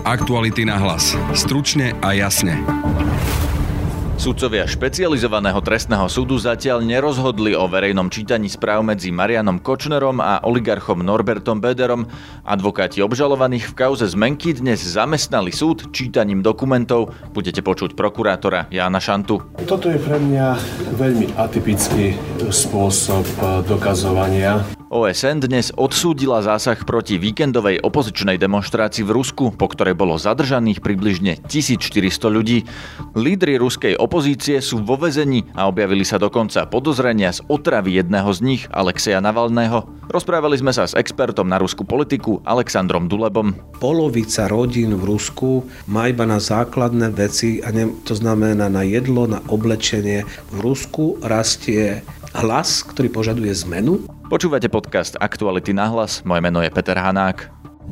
Aktuality na hlas. Stručne a jasne. Sudcovia špecializovaného trestného súdu zatiaľ nerozhodli o verejnom čítaní správ medzi Marianom Kočnerom a oligarchom Norbertom Bederom. Advokáti obžalovaných v kauze Zmenky dnes zamestnali súd čítaním dokumentov. Budete počuť prokurátora Jána Šantu. Toto je pre mňa veľmi atypický spôsob dokazovania. OSN dnes odsúdila zásah proti víkendovej opozičnej demonštrácii v Rusku, po ktorej bolo zadržaných približne 1400 ľudí. Lídri ruskej opozície sú vo väzení a objavili sa dokonca podozrenia z otravy jedného z nich, Alexeja Navalného. Rozprávali sme sa s expertom na ruskú politiku Alexandrom Dulebom. Polovica rodín v Rusku má iba na základné veci, to znamená na jedlo, na oblečenie. V Rusku rastie hlas, ktorý požaduje zmenu. Počúvate podcast Aktuality na hlas, moje meno je Peter Hanák.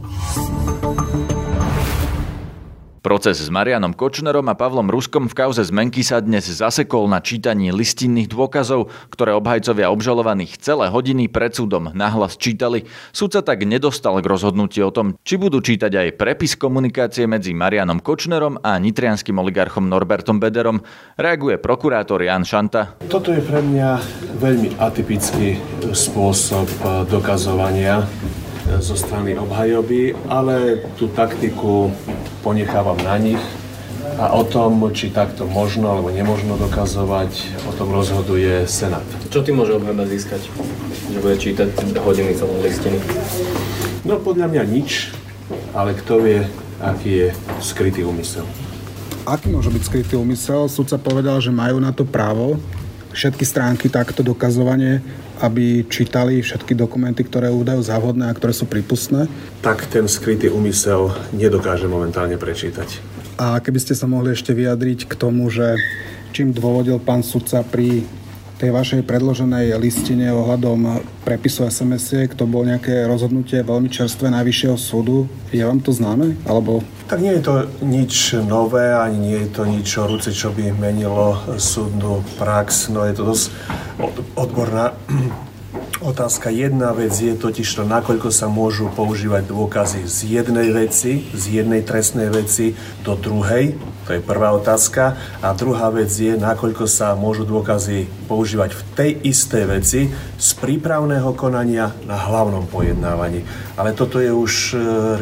Proces s Marianom Kočnerom a Pavlom Ruskom v kauze Zmenky sa dnes zasekol na čítaní listinných dôkazov, ktoré obhajcovia obžalovaných celé hodiny pred súdom nahlas čítali. Súd sa tak nedostal k rozhodnutiu o tom, či budú čítať aj prepis komunikácie medzi Marianom Kočnerom a nitrianskym oligarchom Norbertom Bederom. Reaguje prokurátor Ján Šanta. Toto je pre mňa veľmi atypický spôsob dokazovania zo strany obhajoby, ale tú taktiku ponechávam na nich a o tom, či takto možno alebo nemožno dokazovať, o tom rozhoduje Senát. Čo ty môže obhajoba získať? Že bude čítať hodiny celé listiny? No podľa mňa nič, ale kto vie, aký je skrytý úmysel. Aký môže byť skrytý úmysel? Sudca povedal, že majú na to právo. Všetky stránky takto dokazovanie, aby čítali všetky dokumenty, ktoré udajú za vhodné a ktoré sú prípustné. Tak ten skrytý úmysel nedokáže momentálne prečítať. A keby ste sa mohli ešte vyjadriť k tomu, že čím dôvodil pán sudca pri tej vašej predloženej listine ohľadom prepisu SMS-iek, to bolo nejaké rozhodnutie veľmi čerstvé Najvyššieho súdu. Je vám to známe? Alebo... Tak nie je to nič nové, ani nie je to nič horúce, čo by menilo súdnu prax. No je to dosť odborná otázka. Jedna vec je totiž to, nakoľko sa môžu používať dôkazy z jednej veci, z jednej trestnej veci do druhej. To je prvá otázka. A druhá vec je, nakoľko sa môžu dôkazy používať v tej istej veci z prípravného konania na hlavnom pojednávaní. Ale toto je už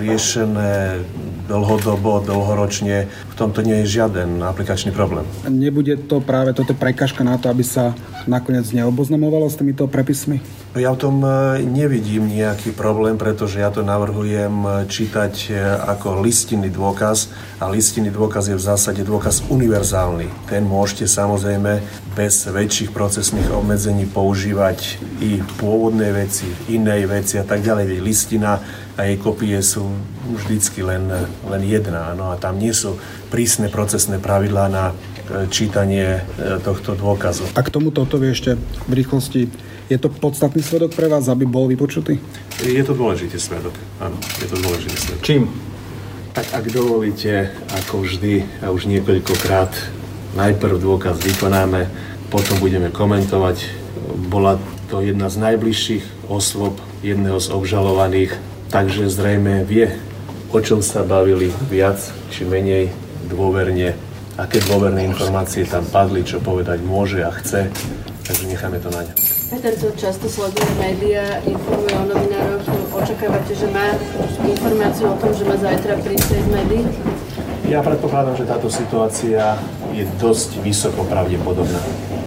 riešené dlhodobo, dlhoročne. V tomto nie je žiaden aplikačný problém. Nebude to práve toto prekažka na to, aby sa nakoniec neoboznamovalo s týmito prepismi? Ja v tom nevidím nejaký problém, pretože ja to navrhujem čítať ako listinný dôkaz a listinný dôkaz je v zásade dôkaz univerzálny. Ten môžete samozrejme bez väčších procesných obmedzení používať i pôvodné veci, inej veci a tak ďalej. Listina a jej kopie sú vždycky len jedna. No a tam nie sú prísne procesné pravidlá na čítanie tohto dôkazu. A k tomu toto vie ešte v rýchlosti. Je to podstatný svedok pre vás, aby bol vypočutý? Je to dôležitý svedok, áno. Je to dôležitý svedok. Čím? Tak ak dovolíte, ako vždy a už niekoľkokrát, najprv dôkaz vykonáme, potom budeme komentovať. Bola to jedna z najbližších osôb jedného z obžalovaných, takže zrejme vie, o čom sa bavili viac či menej dôverne, aké dôverné informácie tam padli, čo povedať môže a chce, takže necháme to na ňa. Peter, to často sleduje médiá, informuje o novinároch. Očakávate, že má informáciu o tom, že má zajtra prísť z médií? Ja predpokladám, že táto situácia je dosť vysoko pravdepodobná.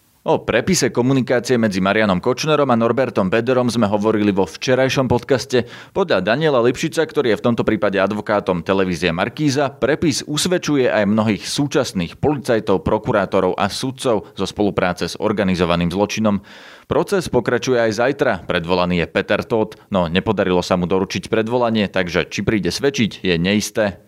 O prepise komunikácie medzi Marianom Kočnerom a Norbertom Bederom sme hovorili vo včerajšom podcaste. Podľa Daniela Lipšica, ktorý je v tomto prípade advokátom televízie Markíza, prepis usvedčuje aj mnohých súčasných policajtov, prokurátorov a sudcov zo spolupráce s organizovaným zločinom. Proces pokračuje aj zajtra. Predvolaný je Peter Tóth, no nepodarilo sa mu doručiť predvolanie, takže či príde svedčiť, je neisté.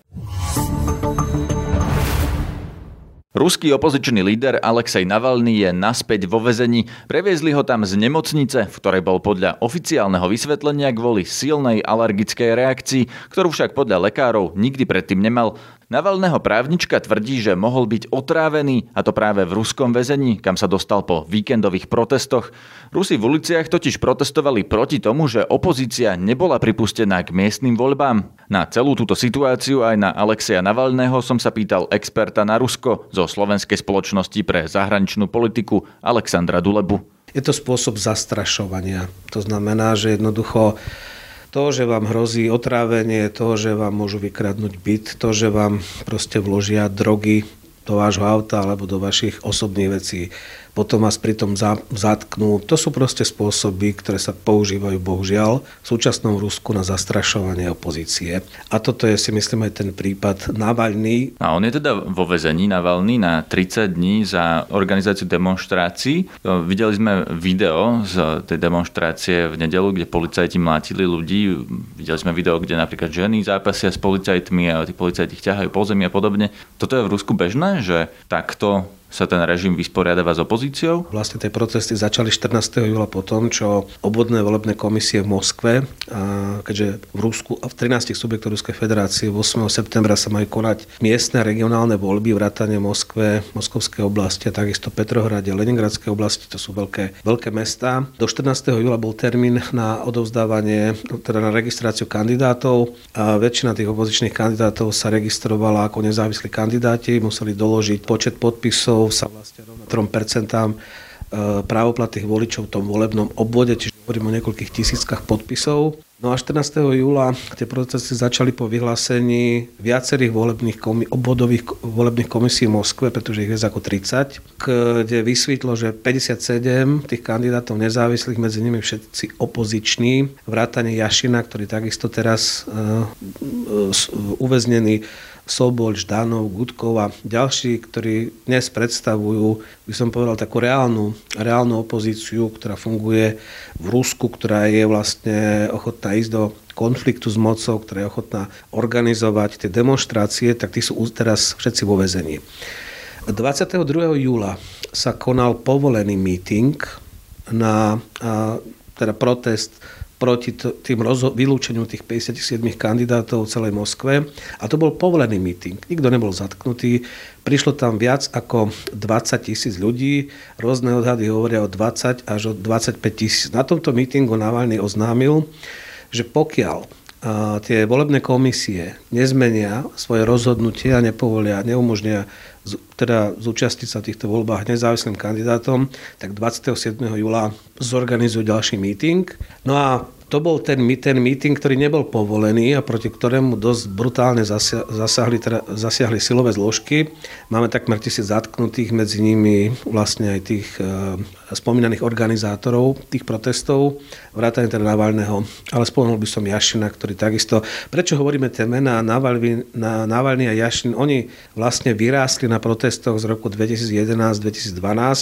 Ruský opozičný líder Alexej Navalný je naspäť vo väzení. Previezli ho tam z nemocnice, v ktorej bol podľa oficiálneho vysvetlenia kvôli silnej alergickej reakcii, ktorú však podľa lekárov nikdy predtým nemal. Navalného právnička tvrdí, že mohol byť otrávený, a to práve v ruskom väzení, kam sa dostal po víkendových protestoch. Rusi v uliciach totiž protestovali proti tomu, že opozícia nebola pripustená k miestnym voľbám. Na celú túto situáciu aj na Alexeja Navalného som sa pýtal experta na Rusko zo Slovenskej spoločnosti pre zahraničnú politiku Alexandra Dulebu. Je to spôsob zastrašovania. To znamená, že jednoducho to, že vám hrozí otrávenie, to, že vám môžu vykradnúť byt, to, že vám proste vložia drogy do vášho auta alebo do vašich osobných vecí, potom vás pritom zatknú. To sú proste spôsoby, ktoré sa používajú bohužiaľ v súčasnom Rusku na zastrašovanie opozície. A toto je, si myslím, aj ten prípad Navalný. A on je teda vo väzení Navalný na 30 dní za organizáciu demonštrácií. Videli sme video z tej demonštrácie v nedeľu, kde policajti mlátili ľudí. Videli sme video, kde napríklad ženy zápasia s policajtmi a tí policajti ich ťahajú po zemi a podobne. Toto je v Rusku bežné, že takto sa ten režim vysporiadáva s opozíciou? Vlastne tie protesty začali 14. júla po tom, čo obvodné volebné komisie v Moskve, keďže v Rusku a v 13 subjektoch Ruskej federácie 8. septembra sa majú konať miestne a regionálne voľby, vrátane Moskve, Moskovskej oblasti a takisto Petrohrade, Leningradskej oblasti, to sú veľké mestá. Do 14. júla bol termín na odovzdávanie, teda na registráciu kandidátov a väčšina tých opozičných kandidátov sa registrovala ako nezávislí kandidáti, museli doložiť počet podpisov sa vlastne rovná 3% právoplatných voličov v tom volebnom obvode, čiže hovorím o niekoľkých tisíckach podpisov. No a 14. júla tie protesty začali po vyhlásení viacerých obvodových volebných komisí v Moskve, pretože ich je ako 30, kde vysvetlo, že 57 tých kandidátov nezávislých, medzi nimi všetci opoziční, vrátane Jašina, ktorý takisto teraz uväznený, Sobol, Ždanov, Gutkov a ďalší, ktorí dnes predstavujú, by som povedal, takú reálnu opozíciu, ktorá funguje v Rusku, ktorá je vlastne ochotná ísť do konfliktu s mocou, ktorá je ochotná organizovať tie demonštrácie, tak tí sú teraz všetci vo väzení. 22. júla sa konal povolený meeting na teda protest proti tým vylúčeniu tých 57 kandidátov v celej Moskve. A to bol povolený meeting. Nikto nebol zatknutý. Prišlo tam viac ako 20 000 ľudí. Rôzne odhady hovoria o 20 až o 25 000. Na tomto meetingu Navalný oznámil, že pokiaľ tie volebné komisie nezmenia svoje rozhodnutie a neumožnia teda zúčastniť sa v týchto voľbách nezávislým kandidátom, tak 27. júla zorganizujú ďalší meeting. No a to bol ten meeting, ktorý nebol povolený a proti ktorému dosť brutálne zasiahli silové zložky. Máme takmer 1000 zatknutých, medzi nimi vlastne aj tých spomínaných organizátorov tých protestov, vrátane teda Navalného. Ale spomenul by som Jašina, ktorý takisto... Prečo hovoríme tie mená Navalný a Jašin? Oni vlastne vyrástli na protestoch z roku 2011-2012,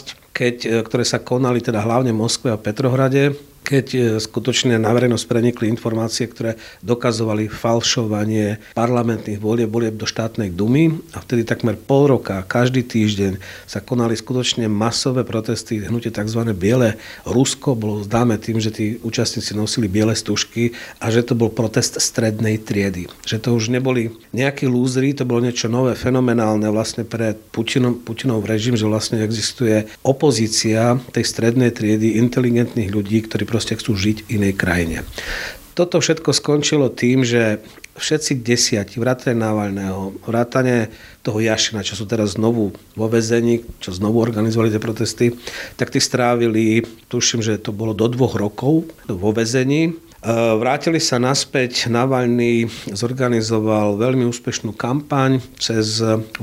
ktoré sa konali teda hlavne v Moskve a Petrohrade, keď skutočne na verejnosť prenikli informácie, ktoré dokazovali falšovanie parlamentných volieb do štátnej dumy a vtedy takmer pol roka, každý týždeň sa konali skutočne masové protesty, hnutie tzv. Biele Rusko bolo známe tým, že tí účastníci nosili biele stužky a že to bol protest strednej triedy. Že to už neboli nejakí lúzri, to bolo niečo nové, fenomenálne vlastne pre Putinov režim, že vlastne existuje opozícia tej strednej triedy inteligentných ľudí, ktorí proste chcú žiť v inej krajine. Toto všetko skončilo tým, že všetci 10, vrátane Navalného, vrátane toho Jašina, čo sú teraz znovu vo väzení, čo znovu organizovali tie protesty, tak tí strávili, tuším, že to bolo do 2 rokov vo väzení. Vrátili sa naspäť, Navalný zorganizoval veľmi úspešnú kampaň cez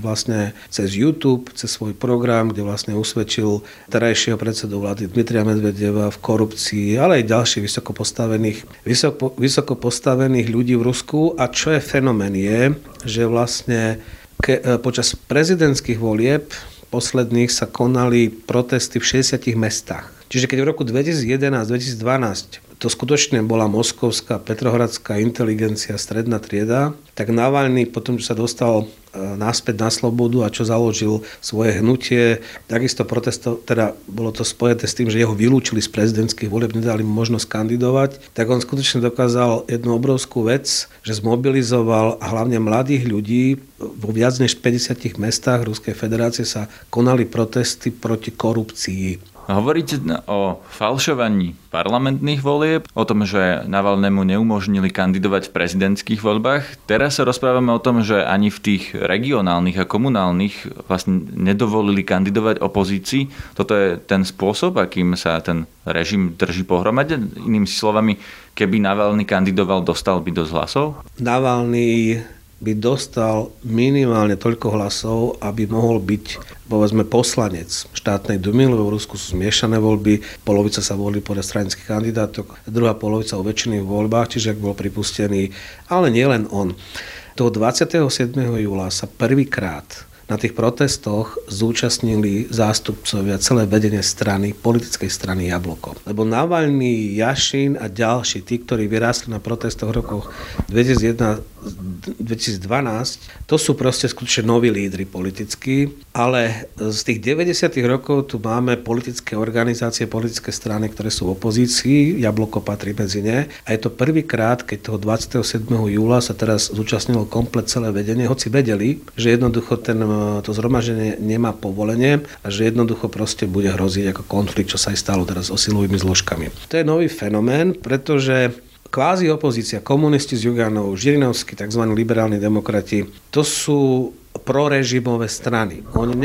YouTube, cez svoj program, kde vlastne usvedčil terajšieho predsedu vlády Dmitrija Medvedeva v korupcii, ale aj ďalších vysoko postavených ľudí v Rusku. A čo je fenomén je, že vlastne počas prezidentských volieb posledných sa konali protesty v 60 mestách. Čiže keď v roku 2011-2012 to skutočne bola moskovská, petrohradská inteligencia, stredná trieda, tak Navalný potom, čo sa dostal naspäť na slobodu a čo založil svoje hnutie, takisto teda bolo to spojené s tým, že jeho vylúčili z prezidentských volieb, nedali mu možnosť kandidovať, tak on skutočne dokázal jednu obrovskú vec, že zmobilizoval a hlavne mladých ľudí vo viac než 50 mestách Ruskej federácie sa konali protesty proti korupcii. Hovoríte o falšovaní parlamentných volieb, o tom, že Navalnému neumožnili kandidovať v prezidentských voľbách. Teraz sa rozprávame o tom, že ani v tých regionálnych a komunálnych vlastne nedovolili kandidovať opozícii. Toto je ten spôsob, akým sa ten režim drží pohromade. Inými slovami, keby Navalný kandidoval, dostal by dosť hlasov? Navalný by dostal minimálne toľko hlasov, aby mohol byť, povedzme, poslanec štátnej dumy, lebo v Rusku sú zmiešané voľby, polovica sa volí podľa stranických kandidátok, druhá polovica o väčšiných voľbách, čiže ak bol pripustený, ale nielen on. Toho 27. júla sa prvýkrát na tých protestoch zúčastnili zástupcovia celé vedenie strany, politickej strany Jabloko. Lebo Navalný, Jašin a ďalší, tí, ktorí vyrástli na protestoch v rokoch 2012, to sú proste skutočne noví lídri politickí, ale z tých 90. rokov tu máme politické organizácie, politické strany, ktoré sú v opozícii, Jabloko patrí medzi ne a je to prvýkrát, keď toho 27. júla sa teraz zúčastnilo komplet celé vedenie, hoci vedeli, že jednoducho to zhromaždenie nemá povolenie a že jednoducho proste bude hroziť ako konflikt, čo sa aj stalo teraz s silovými zložkami. To je nový fenomén, pretože kvázi opozícia, komunisti z Juganov, Žirinovskí, tzv. Liberálni demokrati, to sú prorežimové strany.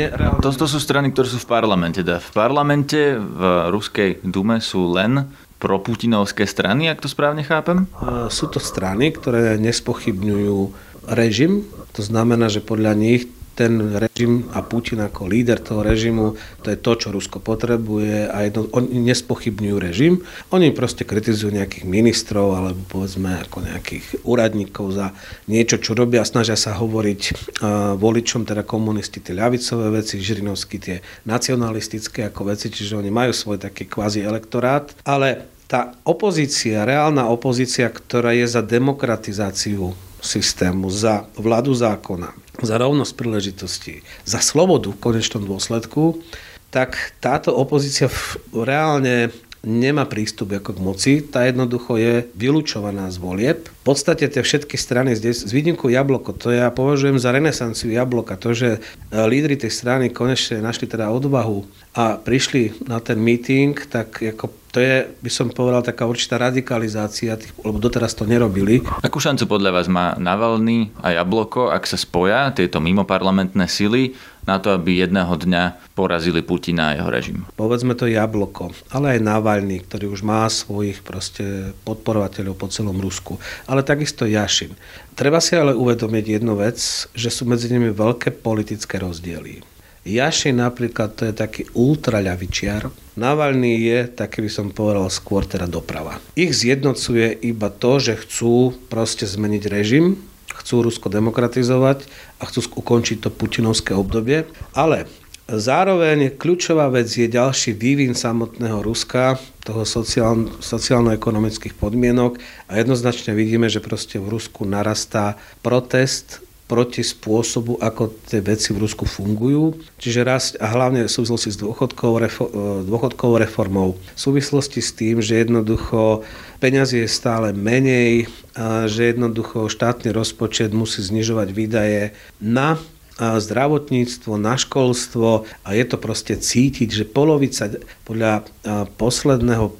To sú strany, ktoré sú v parlamente. V parlamente v Ruskej dume sú len proputinovské strany, ak to správne chápem? Sú to strany, ktoré nespochybňujú režim. To znamená, že podľa nich ten režim a Putin ako líder toho režimu, to je to, čo Rusko potrebuje a oni nespochybňujú režim. Oni proste kritizujú nejakých ministrov alebo povedzme ako nejakých úradníkov za niečo, čo robia a snažia sa hovoriť voličom, teda komunisti, tie ľavicové veci, Žirinovskí tie nacionalistické ako veci, čiže oni majú svoj taký kvázi elektorát, ale tá opozícia, reálna opozícia, ktorá je za demokratizáciu systému, za vládu zákona, za rovnosť príležitostí, za slobodu v konečnom dôsledku, tak táto opozícia reálne nemá prístup ako k moci, tá jednoducho je vylúčovaná z volieb. V podstate tie všetky strany, s výnimkou Jabloko, to ja považujem za renesanciu Jabloka, to, že lídri tej strany konečne našli teda odvahu a prišli na ten meeting, tak ako to je, by som povedal, taká určitá radikalizácia, lebo doteraz to nerobili. Akú šancu podľa vás má Navalný a Jabloko, ak sa spoja tieto mimoparlamentné sily na to, aby jedného dňa porazili Putina a jeho režim? Povedzme to Jabloko, ale aj Navalný, ktorý už má svojich proste podporovateľov po celom Rusku, ale takisto Jašin. Treba si ale uvedomiť jednu vec, že sú medzi nimi veľké politické rozdiely. Jašin napríklad to je taký ultraľavičiar. Navalný je, taký by som povedal, skôr teda doprava. Ich zjednocuje iba to, že chcú proste zmeniť režim, chcú Rusko demokratizovať a chcú ukončiť to putinovské obdobie, ale zároveň kľúčová vec je ďalší vývin samotného Ruska, toho sociálno-ekonomických podmienok a jednoznačne vidíme, že proste v Rusku narastá protest proti spôsobu, ako tie veci v Rusku fungujú. Čiže rast a hlavne v súvislosti s dôchodkovou reformou. V súvislosti s tým, že jednoducho peňazí je stále menej a že jednoducho štátny rozpočet musí znižovať výdaje na zdravotníctvo, na školstvo a je to proste cítiť, že polovica podľa posledného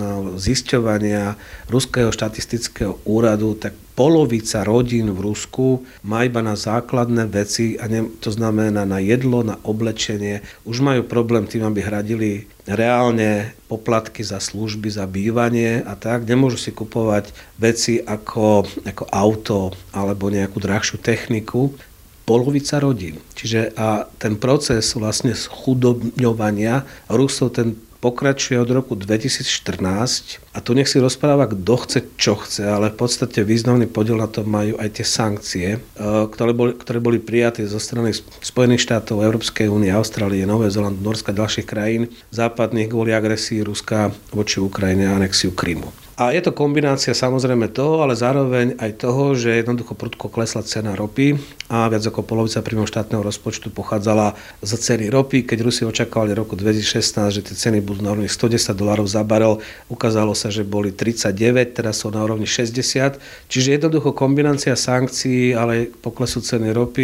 zisťovania Ruského štatistického úradu, tak polovica rodín v Rusku má iba na základné veci, a to znamená na jedlo, na oblečenie. Už majú problém tým, aby hradili reálne poplatky za služby, za bývanie a tak. Nemôžu si kupovať veci ako auto alebo nejakú drahšiu techniku. Polovica rodín. Čiže a ten proces vlastne schudobňovania Rusov ten pokračuje od roku 2014 a tu nech si rozpráva, kto chce, čo chce, ale v podstate významný podiel na to majú aj tie sankcie, ktoré boli prijaté zo strany Spojených štátov, Európskej únie, Austrálie, Nové Zélandu, Norska a ďalších krajín západných kvôli agresii Ruska voči Ukrajine a anexiu Krymu. A je to kombinácia samozrejme toho, ale zároveň aj toho, že jednoducho prudko klesla cena ropy a viac ako polovica príjmov štátneho rozpočtu pochádzala z ceny ropy. Keď Rusi očakávali roku 2016, že tie ceny budú na úrovni $110 za barel, ukázalo sa, že boli 39, teraz sú na úrovni 60. Čiže jednoducho kombinácia sankcií, ale poklesu ceny ropy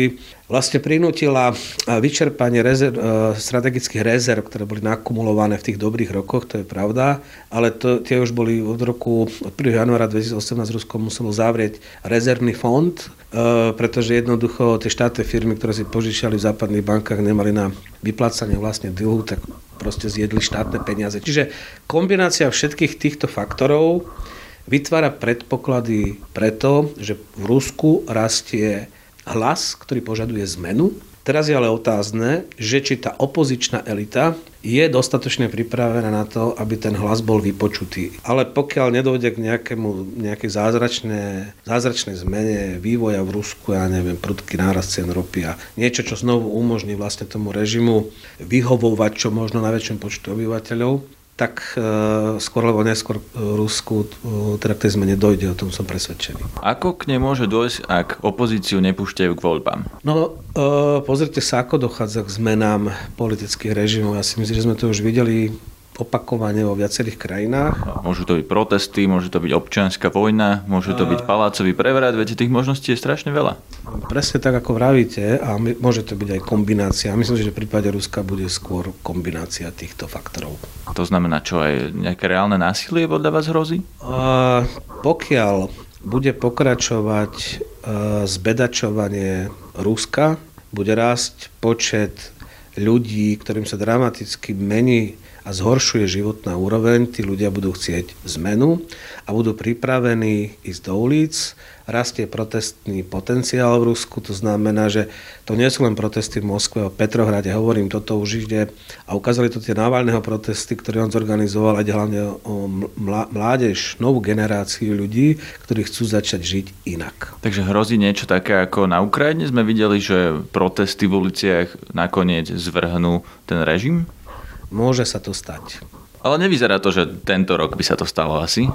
vlastne prinútila vyčerpanie strategických rezerv, ktoré boli nakumulované v tých dobrých rokoch, to je pravda, ale tie už boli od 1. januára 2018 Rusko muselo zavrieť rezervný fond, pretože jednoducho tie štátne firmy, ktoré si požičiali v západných bankách, nemali na vyplácanie vlastne dlhu, tak proste zjedli štátne peniaze. Čiže kombinácia všetkých týchto faktorov vytvára predpoklady preto, že v Rusku rastie hlas, ktorý požaduje zmenu. Teraz je ale otázne, že či tá opozičná elita je dostatočne pripravená na to, aby ten hlas bol vypočutý. Ale pokiaľ nedôjde k nejakej zázračnej zmene vývoja v Rusku, ja neviem, prudký nárast cien ropy a niečo, čo znovu umožní vlastne tomu režimu vyhovovať čo možno najväčším počtu obyvateľov, tak skôr alebo neskôr Rusku teda k tej zmene dojde, o tom som presvedčený. Ako k nej môže dôjsť, ak opozíciu nepúšťajú k voľbám? No, pozrite sa, ako dochádza k zmenám politických režimov. Ja si myslím, že sme to už videli opakovane vo viacerých krajinách. Môžu to byť protesty, môže to byť občianska vojna, môže to byť palácový prevrat, viete, tých možností je strašne veľa. Presne tak, ako vravíte, a môže to byť aj kombinácia. Myslím si, že v prípade Ruska bude skôr kombinácia týchto faktorov. To znamená čo, aj nejaké reálne násilie podľa vás hrozí? Pokiaľ bude pokračovať zbedačovanie Ruska, bude rásť počet ľudí, ktorým sa dramaticky mení a zhoršuje životná úroveň, tí ľudia budú chcieť zmenu a budú pripravení ísť do ulic. Rastie protestný potenciál v Rusku, to znamená, že to nie sú len protesty v Moskve o Petrohrade, hovorím, toto už ide a ukázali to tie Navalného protesty, ktoré on zorganizoval, ide hlavne o mládež, novú generáciu ľudí, ktorí chcú začať žiť inak. Takže hrozí niečo také ako na Ukrajine? Sme videli, že protesty v uliciach nakoniec zvrhnú ten režim? Môže sa to stať. Ale nevyzerá to, že tento rok by sa to stalo asi?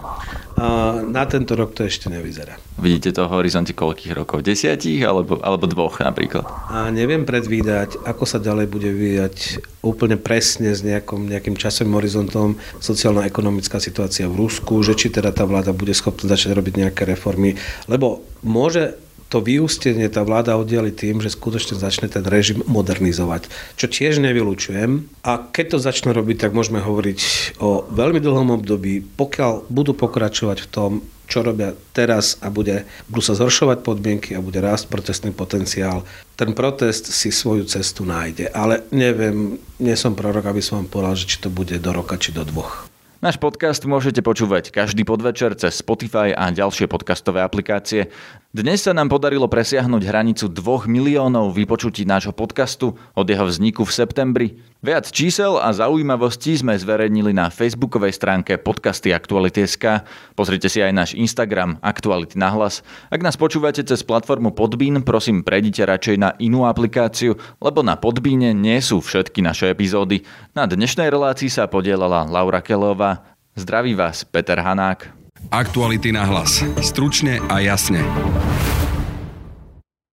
Na tento rok to ešte nevyzerá. Vidíte to v horizonte koľkých rokov? 10 alebo 2 napríklad? Neviem predvídať, ako sa ďalej bude vyvíjať úplne presne s nejakým časovým horizontom sociálno-ekonomická situácia v Rusku, že či teda tá vláda bude schopná začať robiť nejaké reformy, lebo môže to vyústenie tá vláda oddiali tým, že skutočne začne ten režim modernizovať, čo tiež nevylučujem. A keď to začnú robiť, tak môžeme hovoriť o veľmi dlhom období, pokiaľ budú pokračovať v tom, čo robia teraz a budú sa zhoršovať podmienky a bude rásť protestný potenciál. Ten protest si svoju cestu nájde, ale neviem, nie som prorok, aby som vám povedal, že či to bude do roka, či do 2. Náš podcast môžete počúvať každý podvečer cez Spotify a ďalšie podcastové aplikácie. Dnes sa nám podarilo presiahnuť hranicu 2 miliónov vypočutí nášho podcastu od jeho vzniku v septembri. Viac čísel a zaujímavostí sme zverejnili na facebookovej stránke podcasty Aktuality.sk. Pozrite si aj náš Instagram Aktuality na hlas. Ak nás počúvate cez platformu Podbean, prosím prejdite radšej na inú aplikáciu, lebo na Podbeane nie sú všetky naše epizódy. Na dnešnej relácii sa podielala Laura Kelová. Zdraví vás Peter Hanák. Aktuality na hlas. Stručne a jasne.